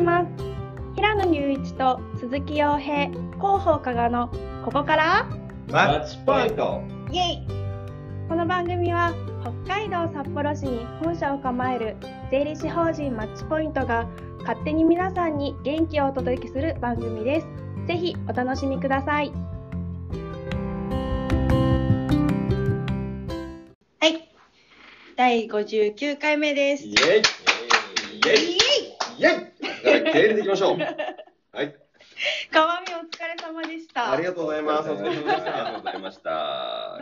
ます。平野雄一と鈴木陽平、広報加賀のここからマッチポイント。 イエイ。この番組は北海道札幌市に本社を構える税理士法人マッチポイントが勝手に皆さんに元気をお届けする番組です。ぜひお楽しみください。はい、第59回目です。 イエイイエイイエイイエイ。経営でいきましょう。はい。 川見お疲れ様でした。 ありがとうございます。 ありがとうございました。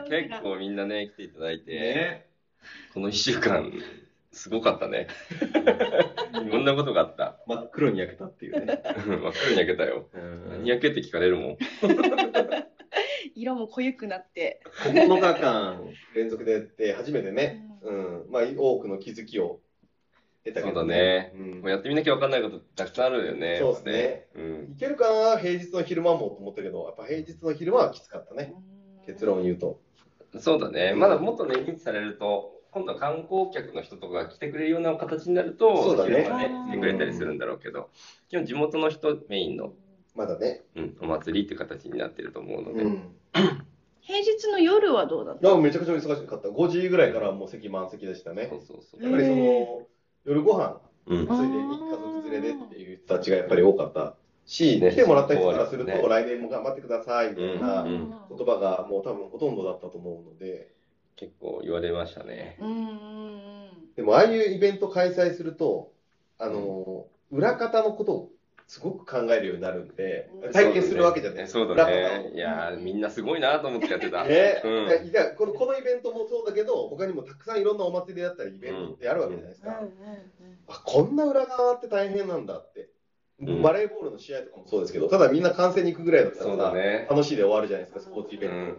結構みんなね来ていただいて、 ね、 この1週間すごかったね。いろんなことがあった。 真っ黒に焼けたっていうね。 真っ黒に焼けたよ。何焼けって聞かれるもん。 色も濃ゆくなって。 9日間連続でやって初めてね、まあ多くの気づきを得たけどね。 そうだね。もうやってみなきゃ分かんないことたくさんあるよね。 そうですね。いけるかな、平日の昼間もと思ったけど、やっぱ平日の昼間はきつかったね。結論を言うと。 そうだね。まだもっとね、認知されると、今度は観光客の人とかが来てくれるような形になると、 そうだね。 来てくれたりするんだろうけど、基本地元の人メインの、 まだね、 お祭りって形になってると思うので。 平日の夜はどうだった？ めちゃくちゃ忙しかった。5時ぐらいからもう席満席でしたね。 そうやっぱりその夜ご飯、ついでに家族連れでっていう人たちがやっぱり多かったし、来てもらった人からすると、来年も頑張ってくださいみたいな言葉がもう多分ほとんどだったと思うので、 結構言われましたね。 でもああいうイベント開催すると、裏方のことをすごく考えるようになるんで、体験するわけじゃないですか。 そうだね。いやみんなすごいなと思ってやってた。 このイベントもそうだけど、他にもたくさんいろんなお祭りだったりイベントってあるわけじゃないですか。こんな裏側って大変なんだって。バレーボールの試合とかもそうですけど、ただみんな観戦に行くぐらいだったらさ、楽しいで終わるじゃないですか、スポーツイベントって。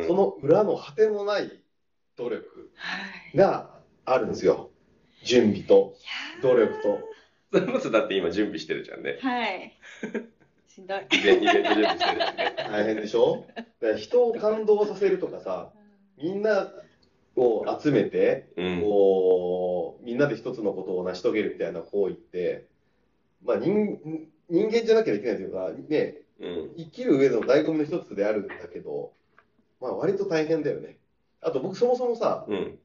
その裏の果てのない努力があるんですよ。準備と努力と。 それこそだって今準備してるじゃんね。 はい。しんどい。 イベント準備してるしね。 大変でしょ？だから人を感動させるとかさ、みんなを集めて、みんなで一つのことを成し遂げるみたいな行為って、まあ人間じゃなきゃいけないというか、ね、生きる上での醍醐味の一つであるんだけど、まあ割と大変だよね。あと僕そもそもさ、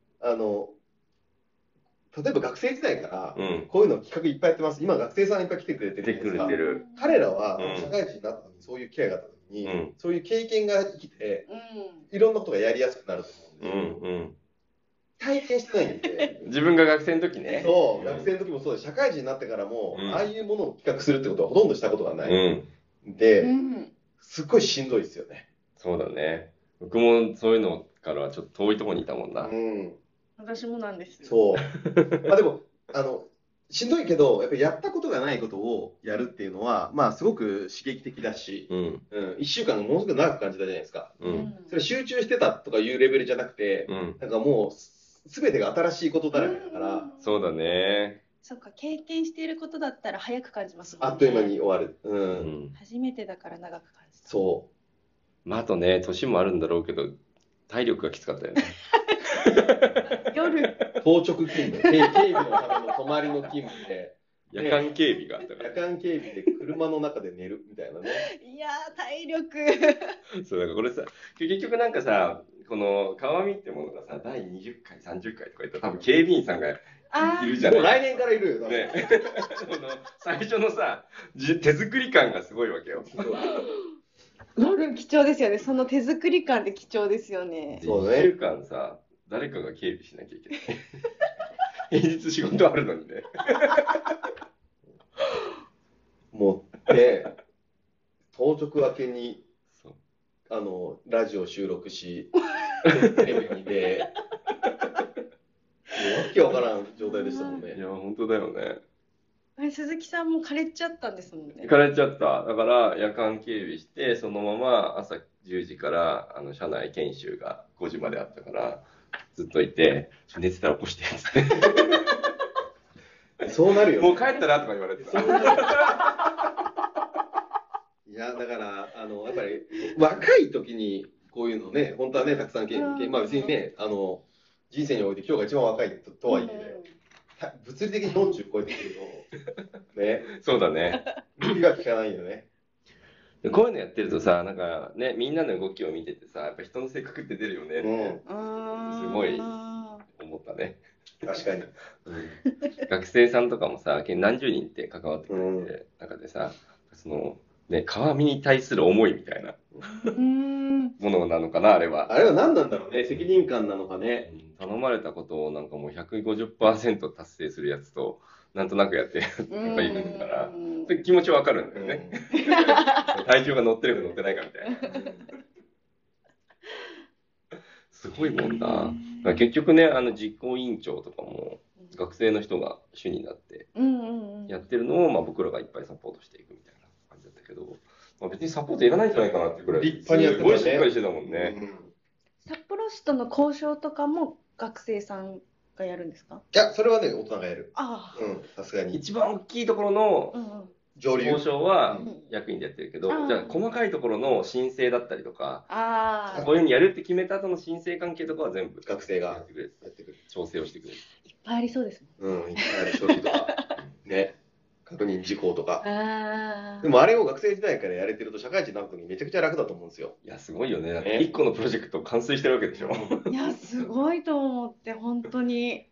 例えば学生時代からこういうの企画いっぱいやってます。今学生さんいっぱい来てくれてるんですが、彼らは社会人になった時にそういう機会があった時に、そういう経験が生きて、いろんなことがやりやすくなると思うんですよ。体験してないんで。 自分が学生の時ね。 そう、学生の時もそうで、社会人になってからも、ああいうものを企画するってことはほとんどしたことがない。で、すっごいしんどいですよね。 そうだね。僕もそういうのからはちょっと遠いところにいたもんな。 私もなんです。 そう。まあでも、しんどいけど、やっぱりやったことがないことをやるっていうのは、まあすごく刺激的だし、1週間がものすごく長く感じたじゃないですか。それ集中してたとかいうレベルじゃなくて、なんかもう、すべてが新しいことだらけだから。 そうだね。 そっか、経験していることだったら早く感じますもんね。 あっという間に終わる。 初めてだから長く感じた。 そう。 まああとね、年もあるんだろうけど、体力がきつかったよね。 夜当直勤務、警備のための泊まりの勤務で、 夜間警備があったから。 夜間警備で車の中で寝るみたいなね。 いやー、体力。 そう、だからこれさ、結局なんかさ、この川見ってものがさ、第20回、30回とか言ったら多分警備員さんがいるじゃない。 もう来年からいるよね。最初のさ、手作り感がすごいわけよ。 貴重ですよね。その手作り感で貴重ですよね。 そうね。 1週間さ、誰かが警備しなきゃいけない。平日仕事あるのにね。 もう、で、当直明けに、ラジオ収録し、テレビに出、もうわけわからん状態でしたもんね。 いや、本当だよね。 鈴木さんも枯れちゃったんですもんね。 枯れちゃった。だから夜間警備して、そのまま朝10時から社内研修が5時まであったから、ずっといて、寝てたら起こしてそうなるよ、 ね。もう帰ったらとか言われてた。 いや、だから、やっぱり、若い時に、こういうのね、本当はね、たくさんまあ別にね、人生において今日が一番若いとはいえ、 物理的に40超えてくると、ね、 そうだね。 耳が効かないよね。 でこういうのやってるとさ、なんかね、みんなの動きを見ててさ、やっぱ人の性格って出るよねって、すごい思ったね。 確かに。 学生さんとかもさ、何十人って関わってくれてる中でさ、その、ね、川見に対する思いみたいなものなのかな、あれは。 あれは何なんだろうね、責任感なのかね。 頼まれたことをなんかもう150% 達成するやつと、なんとなくやってやっぱいるから、気持ちわかるんだよね。体重が乗ってるか乗ってないかみたいな。すごいもんな。結局ね、実行委員長とかも学生の人が主になってやってるのを、まあ、僕らがいっぱいサポートしていくみたいな感じだったけど、まあ、別にサポートいらないんじゃないかなってぐらい、 立派にやってたね。 すごいしっかりしてたもんね。 札幌市との交渉とかも学生さんがやるんですか？ いや、それはね、大人がやる。 ああ、さすがに。 一番大きいところの交渉は役員でやってるけど、じゃあ細かいところの申請だったりとか、こういうふうにやるって決めた後の申請関係とかは全部学生がやってくれる。調整をしてくれる。 いっぱいありそうですもん。いっぱいある書類とか、ね、確認事項とか。 あでもあれを学生時代からやれてると社会人になるときにめちゃくちゃ楽だと思うんですよ。 いや、すごいよね。1個のプロジェクトを完遂してるわけでしょ。 いや、すごいと思って、本当に。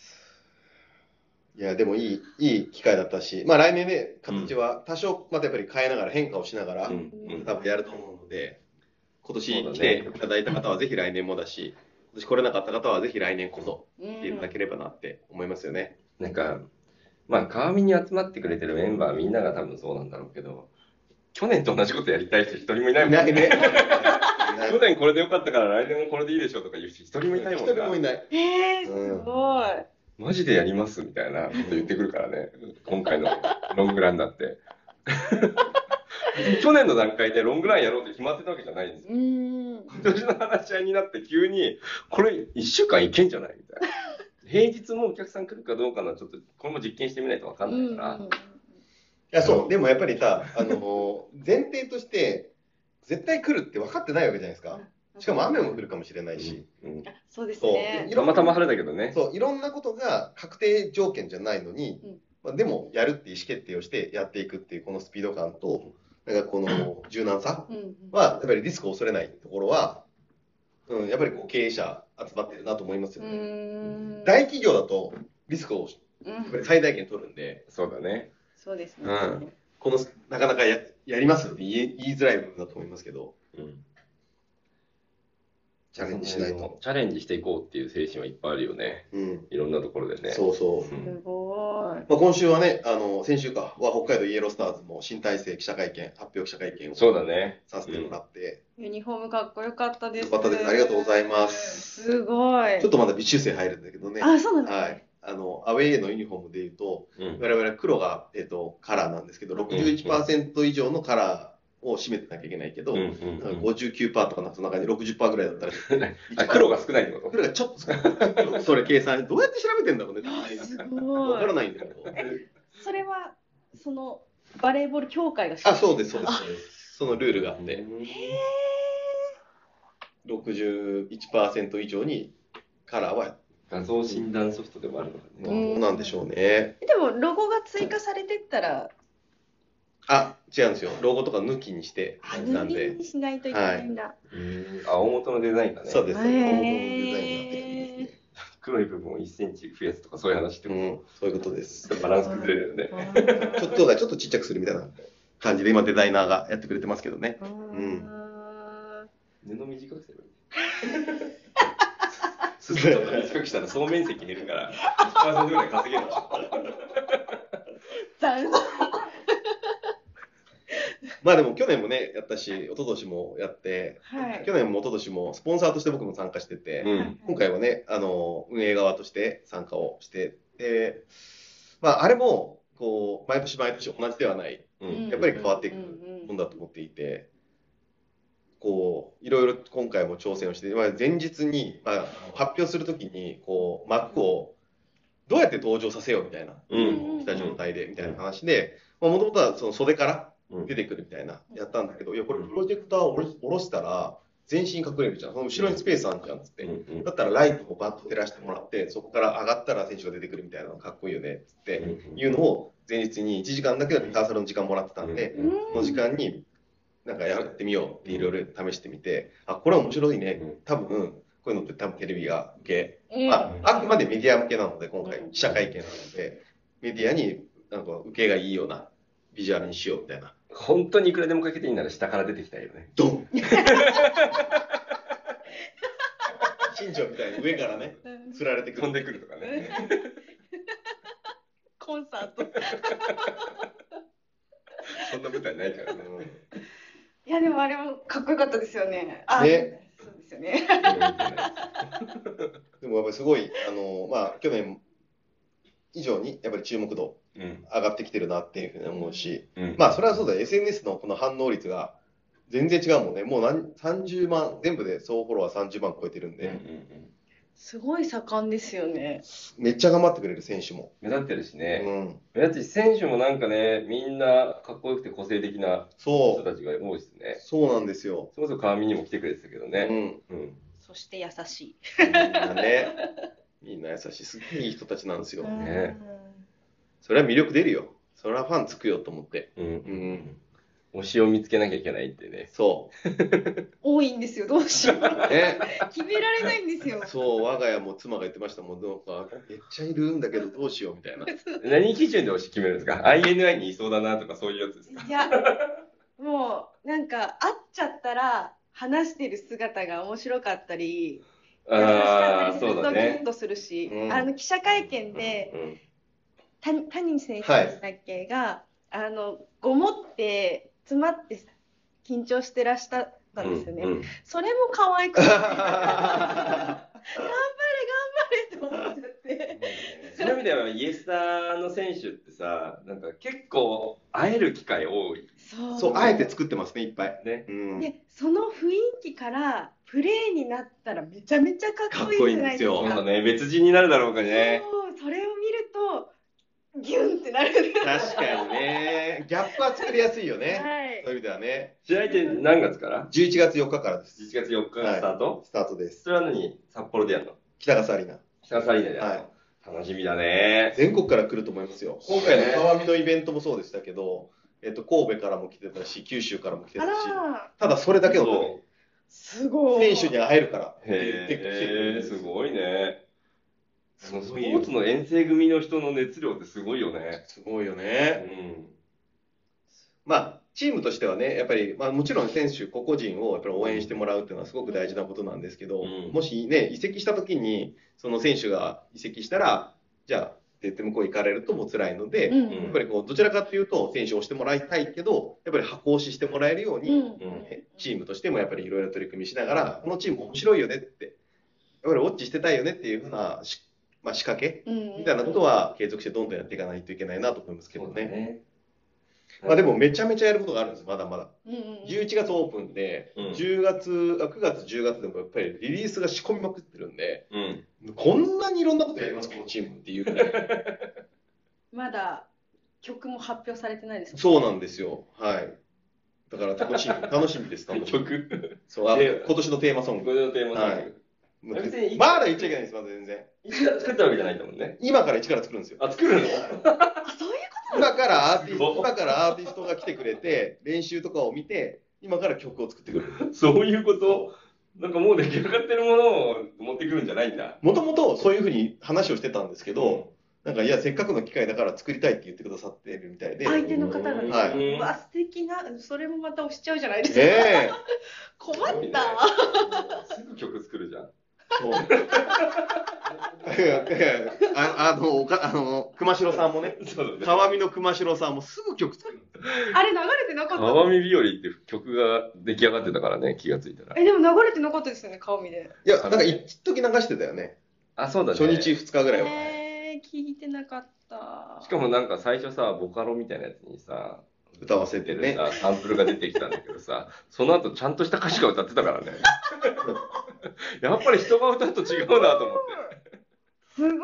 いや、でもいい機会だったし、まあ来年ね、形は多少またやっぱり変えながら変化をしながら、多分やると思うので、今年来ていただいた方はぜひ来年もだし、今年来れなかった方はぜひ来年こそ来ていただければなって思いますよね。 なんか、まあ、川見に集まってくれてるメンバーみんなが多分そうなんだろうけど、去年と同じことやりたい人一人もいないもんね。 いないね。 去年これでよかったから来年もこれでいいでしょとか言う人一人もいないもんな。 一人もいない。 すごい。 マジでやりますみたいなこと言ってくるからね。今回のロングランだって。去年の段階でロングランやろうって決まってたわけじゃないんですよ。今年の話し合いになって急に、これ1週間いけんじゃないみたいな。平日もお客さん来るかどうかのちょっと、これも実験してみないと分かんないから。 いや、そう。でもやっぱりさ、前提として、絶対来るって分かってないわけじゃないですか。しかも雨も降るかもしれないし。 そうですね。 たまたま晴れだけどね。 そう、いろんなことが確定条件じゃないのに、でもやるっていう意思決定をしてやっていくっていうこのスピード感と、なんかこの柔軟さは、やっぱりリスクを恐れないところは、やっぱりこう経営者集まってるなと思いますよね。大企業だとリスクをやっぱり最大限取るんで。 そうだね。 そうですね。 このなかなかやりますって言いづらい部分だと思いますけど。チャレンジしないと。 チャレンジしていこうっていう精神はいっぱいあるよね。いろんなところでね。 そうそう。 すごい。 今週はね、先週かは北海道イエロースターズも新体制記者会見、発表記者会見をそうだね。 させてもらって。 ユニフォームかっこよかったです。 よかったです。ありがとうございます。 すごい。 ちょっとまだ微修正入るんだけどね。 あ、そうなんですね。 はい。アウェーのユニフォームでいうと、我々黒が、カラーなんですけど、61% 以上のカラーを占めてなきゃいけないけど、59% とかその中に 60% ぐらいだったら、 黒が少ないってこと？ 黒がちょっと少ない。それ計算、どうやって調べてんだろうね。 すごい。 わからないんだけど。 それは、その、バレーボール協会がそうです、そうです。そのルールがあって、61% 以上にカラーは画像診断ソフトでもあるのかね。 どうなんでしょうね。 でも、ロゴが追加されてったら、 違うんですよ。ロゴとか抜きにしてなんで。抜きにしないといけないんだ。 大元のデザインだね。 そうです。大元のデザインになってるんですね。 黒い部分を1センチ増やすとかそういう話ってこと？ そういうことです。 バランス崩れるよね。 ちょっとちっちゃくするみたいな感じで今デザイナーがやってくれてますけどね。 布短くすればいい。ちょっと短くしたら総面積減るから 1% ぐらい稼げるでしょ。 残念。 まあでも去年もねやったし一昨年もやって、去年も一昨年もスポンサーとして僕も参加してて、今回はね運営側として参加をしてで、あれもこう毎年毎年同じではない、やっぱり変わっていくものだと思っていて、こういろいろ今回も挑戦をして、前日に、発表するときにこう幕をどうやって登場させようみたいな、来た状態でみたいな話で、もともとはその袖から出てくるみたいなやったんだけど、いやこれプロジェクターを下ろしたら全身隠れるじゃん。その後ろにスペースあるじゃんっつって。だったらライトをバッと照らしてもらって、そこから上がったら選手が出てくるみたいなのかっこいいよねっつっていうのを前日に1時間だけリハーサルの時間もらってたんで、その時間になんかやってみようっていろいろ試してみて、あ、これは面白いね。多分、こういうのって多分テレビが受け、まあ、あくまでメディア向けなので、今回記者会見なので、メディアになんか受けがいいようなビジュアルにしようみたいな。 本当にいくらでもかけていいなら下から出てきたいよね。 ドン新庄みたいに上からね、釣られてくる。 飛んでくるとかね。 コンサート。 そんな舞台ないからね。 いやでもあれもかっこよかったですよね。 ね。 そうですよね。 でもやっぱりすごいまあ去年以上にやっぱり注目度上がってきてるなっていうふうに思うし、まあそれはそうだ、SNS のこの反応率が全然違うもんね。もう30万全部で総フォロワー30万超えてるんで。 すごい盛んですよね。 めっちゃ頑張ってくれる選手も。 目立ってるしね。目立ってるし、選手もなんかね、みんなかっこよくて個性的な人たちが多いですね。 そうなんですよ。 それこそ川見にも来てくれてたけどね。 そして優しい。 みんなね。みんな優しい。すっごいいい人たちなんですよ。ね。それは魅力出るよ。それはファンつくよと思って。 推しを見つけなきゃいけないってね。 そう。 多いんですよ、どうしよう。ね、決められないんですよ。 そう、我が家も妻が言ってましたもん。なんかめっちゃいるんだけどどうしようみたいな。 何基準で推し決めるんですか？ INI にいそうだなとかそういうやつですか？ いや、もうなんか会っちゃったら話してる姿が面白かったり、優しかったりするとキュンとするし、記者会見で、谷選手でしたっけが、ごもって詰まって緊張してらしたんですよね。それも可愛くて頑張れ頑張れと思っちゃって。 そういう意味ではイエスタの選手ってさ、なんか結構会える機会多い。 そう、あえて作ってますね、いっぱい。 ね。で、その雰囲気からプレーになったらめちゃめちゃかっこいいじゃないですか。 そうだね、別人になるだろうかね。 そう、それを見るとギュンってなる。 確かにね。ギャップは作りやすいよね。はい。そういう意味ではね。 試合って何月から？ 11月4日からです。 11月4日がスタート？ スタートです。 それは何？札幌でやるの？ 北笠アリーナ。 北笠アリーナでやるの？はい。楽しみだね。 全国から来ると思いますよ。今回の川見のイベントもそうでしたけど、神戸からも来てたし、九州からも来てたし、ただそれだけのため、 すごい。 選手に会えるから。 すごいね。スポーツの遠征組の人の熱量ってすごいよね。 すごいよね。まあ、チームとしてはね、やっぱり、まあ、もちろん選手、個々人をやっぱり応援してもらうっていうのはすごく大事なことなんですけど、もしね、移籍した時に、その選手が移籍したら、じゃあ、って言って向こう行かれるともう辛いので、やっぱりこう、どちらかというと、選手をしてもらいたいけど、やっぱり箱押ししてもらえるように、チームとしてもやっぱりいろいろ取り組みしながら、このチーム面白いよねって、やっぱりウォッチしてたいよねっていうふうな、まあ、仕掛けみたいなことは継続してどんどんやっていかないといけないなと思いますけどね。まあでもめちゃめちゃやることがあるんです、まだまだ。11月オープンで、9月、10月でもやっぱりリリースが仕込みまくってるんで、こんなにいろんなことやります、このチームっていうぐらい。 まだ曲も発表されてないですか？ そうなんですよ。はい。だから楽しみです。 曲そう、今年のテーマソング。 今年のテーマソング。はいまだ言っちゃいけないです、まだ全然。 一から作ったわけじゃないんだもんね。 今から一から作るんですよ。 あ、作るの？ そういうこと今からアーティストが来てくれて、練習とかを見て、今から曲を作ってくる。 そういうこと？なんかもう出来上がってるものを持ってくるんじゃないんだ。 もともとそういうふうに話をしてたんですけど、なんかいや、せっかくの機会だから作りたいって言ってくださってるみたいで。 相手の方がね。 はい。 うわ、素敵な、それもまた押しちゃうじゃないですか。困った。 すぐ曲作るじゃん。 そう。熊代さんもね、川見の熊代さんもすぐ曲作る。 あれ流れてなかった。 川見日和って曲が出来上がってたからね、気がついたら。 でも流れてなかったですよね、川見で。 いや、なんか一時流してたよね。 あ、そうだね。 初日2日ぐらいは。 聞いてなかった。 しかもなんか最初さ、ボカロみたいなやつにさ、 歌わせてね。 サンプルが出てきたんだけどさ、その後ちゃんとした歌詞が歌ってたからね。やっぱり人が歌うと違うなと思って。 すごい。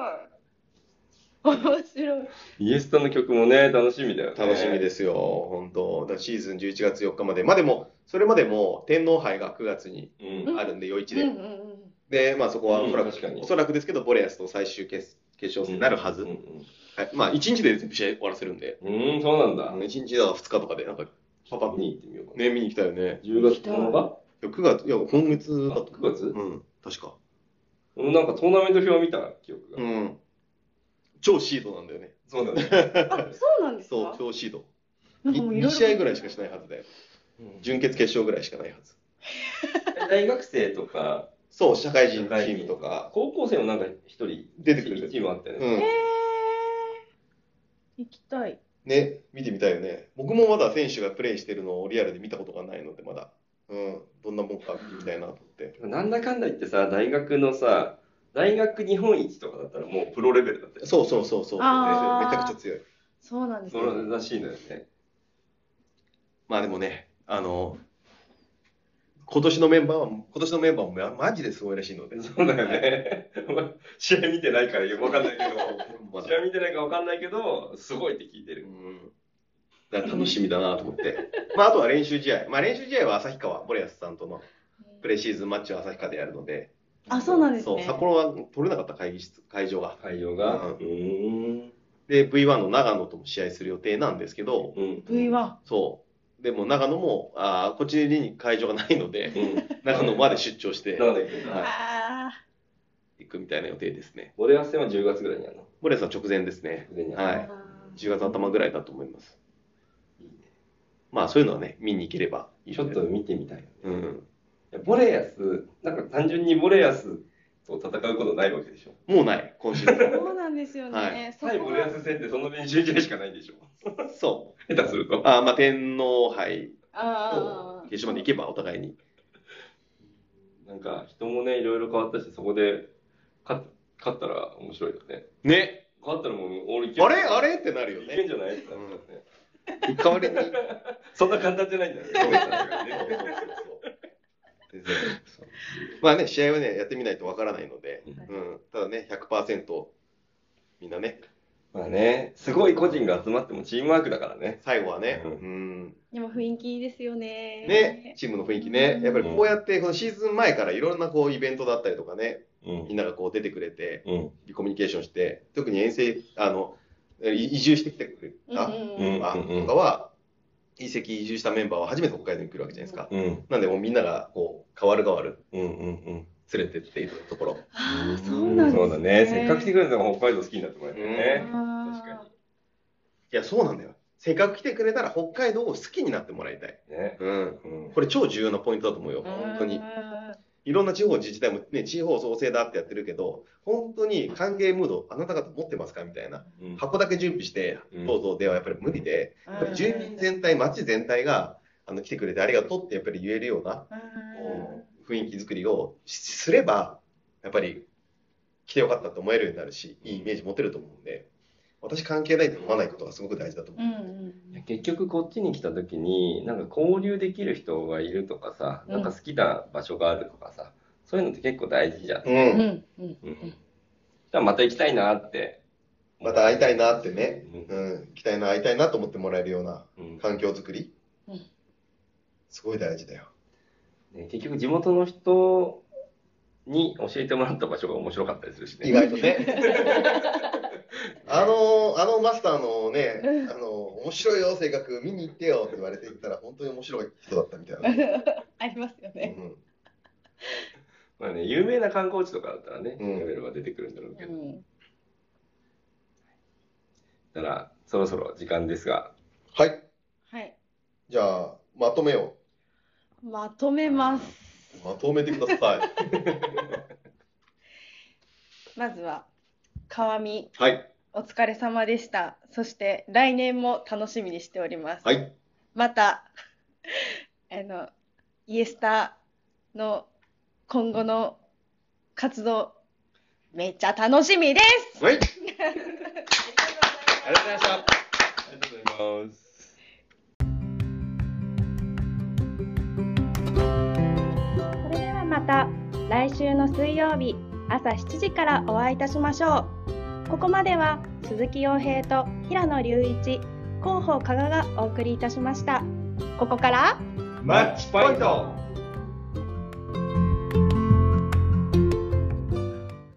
面白い。 イエスタの曲もね、楽しみだよね。 楽しみですよ、本当。だシーズン11月4日まで。まあでも、 それまでも天皇杯が9月にあるんで、余市で。で、まあそこはおそらくですけど、ボレアスと最終決勝戦になるはず。まあ1日で全部試合終わらせるんで。 そうなんだ。 1日だ2日とかで、なんか、 パパ見に行ってみようかね、見に行きたいよね。 10月9日 9月、いや、今月だと。 9月確か。 なんかトーナメント表を見た記憶が。 超シードなんだよね。 そうだね。 そうなんですか？ そう、超シード。2試合ぐらいしかしないはずだよ。準決決勝ぐらいしかないはず。 大学生とか、 そう、社会人チームとか。 高校生もなんか一人出てくるチームあったよね。 行きたい。 ね、見てみたいよね。僕もまだ選手がプレーしてるのをリアルで見たことがないので、まだ。どんなもんか見てみたいなと思って。 なんだかんだ言ってさ、大学のさ、大学日本一とかだったらもうプロレベルだったよね。 そう。めちゃくちゃ強い。 そうなんですね。 そうらしいのよね。 まあでもね、今年のメンバーもマジですごいらしいので。 そうだよね。試合見てないから分かんないけど、試合見てないから分かんないけど、すごいって聞いてる。 だから楽しみだなと思って。まああとは練習試合。まあ練習試合は旭川、ボレアスさんとのプレシーズンマッチは旭川でやるので。 そうなんですね。 そう、札幌は取れなかった会場が。で、V1 の長野とも試合する予定なんですけど、 V1。 そう。でも長野も、こっちに会場がないので、長野まで出張して、行くみたいな予定ですね。 ボレアス戦は10月ぐらいにやるの？ ボレアスは直前ですね。はい。10月頭ぐらいだと思います。まあそういうのはね、見に行ければいい。 ちょっと見てみたいよね。ボレアス、なんか単純にボレアスと戦うことないわけでしょ？ もうない、今シーズン。 そうなんですよね。 対ボレアス戦ってその練習試合しかないんでしょ？ そう。 下手すると。 まあ天皇杯と決勝まで行けばお互いに。 なんか人もね、いろいろ変わったし、そこで勝ったら面白いよね。 ね。 勝ったらもう俺いける。あれってなるよね。 いけんじゃない？ 代わりに。 そんな簡単じゃないんだよね。 まあね、試合はね、やってみないとわからないので、ただね、100% みんなね。 まあね、すごい個人が集まってもチームワークだからね。 最後はね。 でも雰囲気いいですよね。 ね、チームの雰囲気ね。やっぱりこうやって、このシーズン前からいろんなこうイベントだったりとかね、みんながこう出てくれて、コミュニケーションして、特に遠征、移住してきてくれたとかは、移住したメンバーは初めて北海道に来るわけじゃないですか。なんでもうみんながこう、変わる連れてっているところ。 そうなんですね。 そうだね。せっかく来てくれたら北海道好きになってもらえるね。確かに。 いや、そうなんだよ。せっかく来てくれたら北海道を好きになってもらいたい。これ超重要なポイントだと思うよ。本当に。いろんな地方自治体もね、地方創生だってやってるけど、本当に歓迎ムード、あなた方持ってますかみたいな。箱だけ準備して、どうぞではやっぱり無理で、住民全体、町全体が来てくれてありがとうってやっぱり言えるような雰囲気作りをすれば、やっぱり来てよかったと思えるようになるし、いいイメージ持てると思うんで、私関係ないと思わないことがすごく大事だと思う。 結局こっちに来た時になんか交流できる人がいるとかさ、なんか好きな場所があるとかさ、そういうのって結構大事じゃん。じゃあまた行きたいなって。 また会いたいなってね。行きたいな、会いたいなと思ってもらえるような環境づくり。すごい大事だよ。 結局地元の人に教えてもらった場所が面白かったりするしね。 意外とね。マスターのね、面白いよ、性格、見に行ってよって言われて行ったら、本当に面白い人だったみたいな。 ありますよね。 まあね、有名な観光地とかだったらね、レベルが出てくるんだろうけど。だから、そろそろ時間ですが。 はい。じゃあ、まとめよう。まとめます。 まとめてください。 まずは、川見。 はい。 お疲れ様でした。そして来年も楽しみにしております。 はい。 またイエスタの今後の活動めっちゃ楽しみです。 はい。ありがとうございました。ありがとうございます。 それではまた来週の水曜日朝7時からお会いいたしましょう。ここまでは鈴木陽平と平野隆一、広報加賀がお送りいたしました。ここからマッチポイント。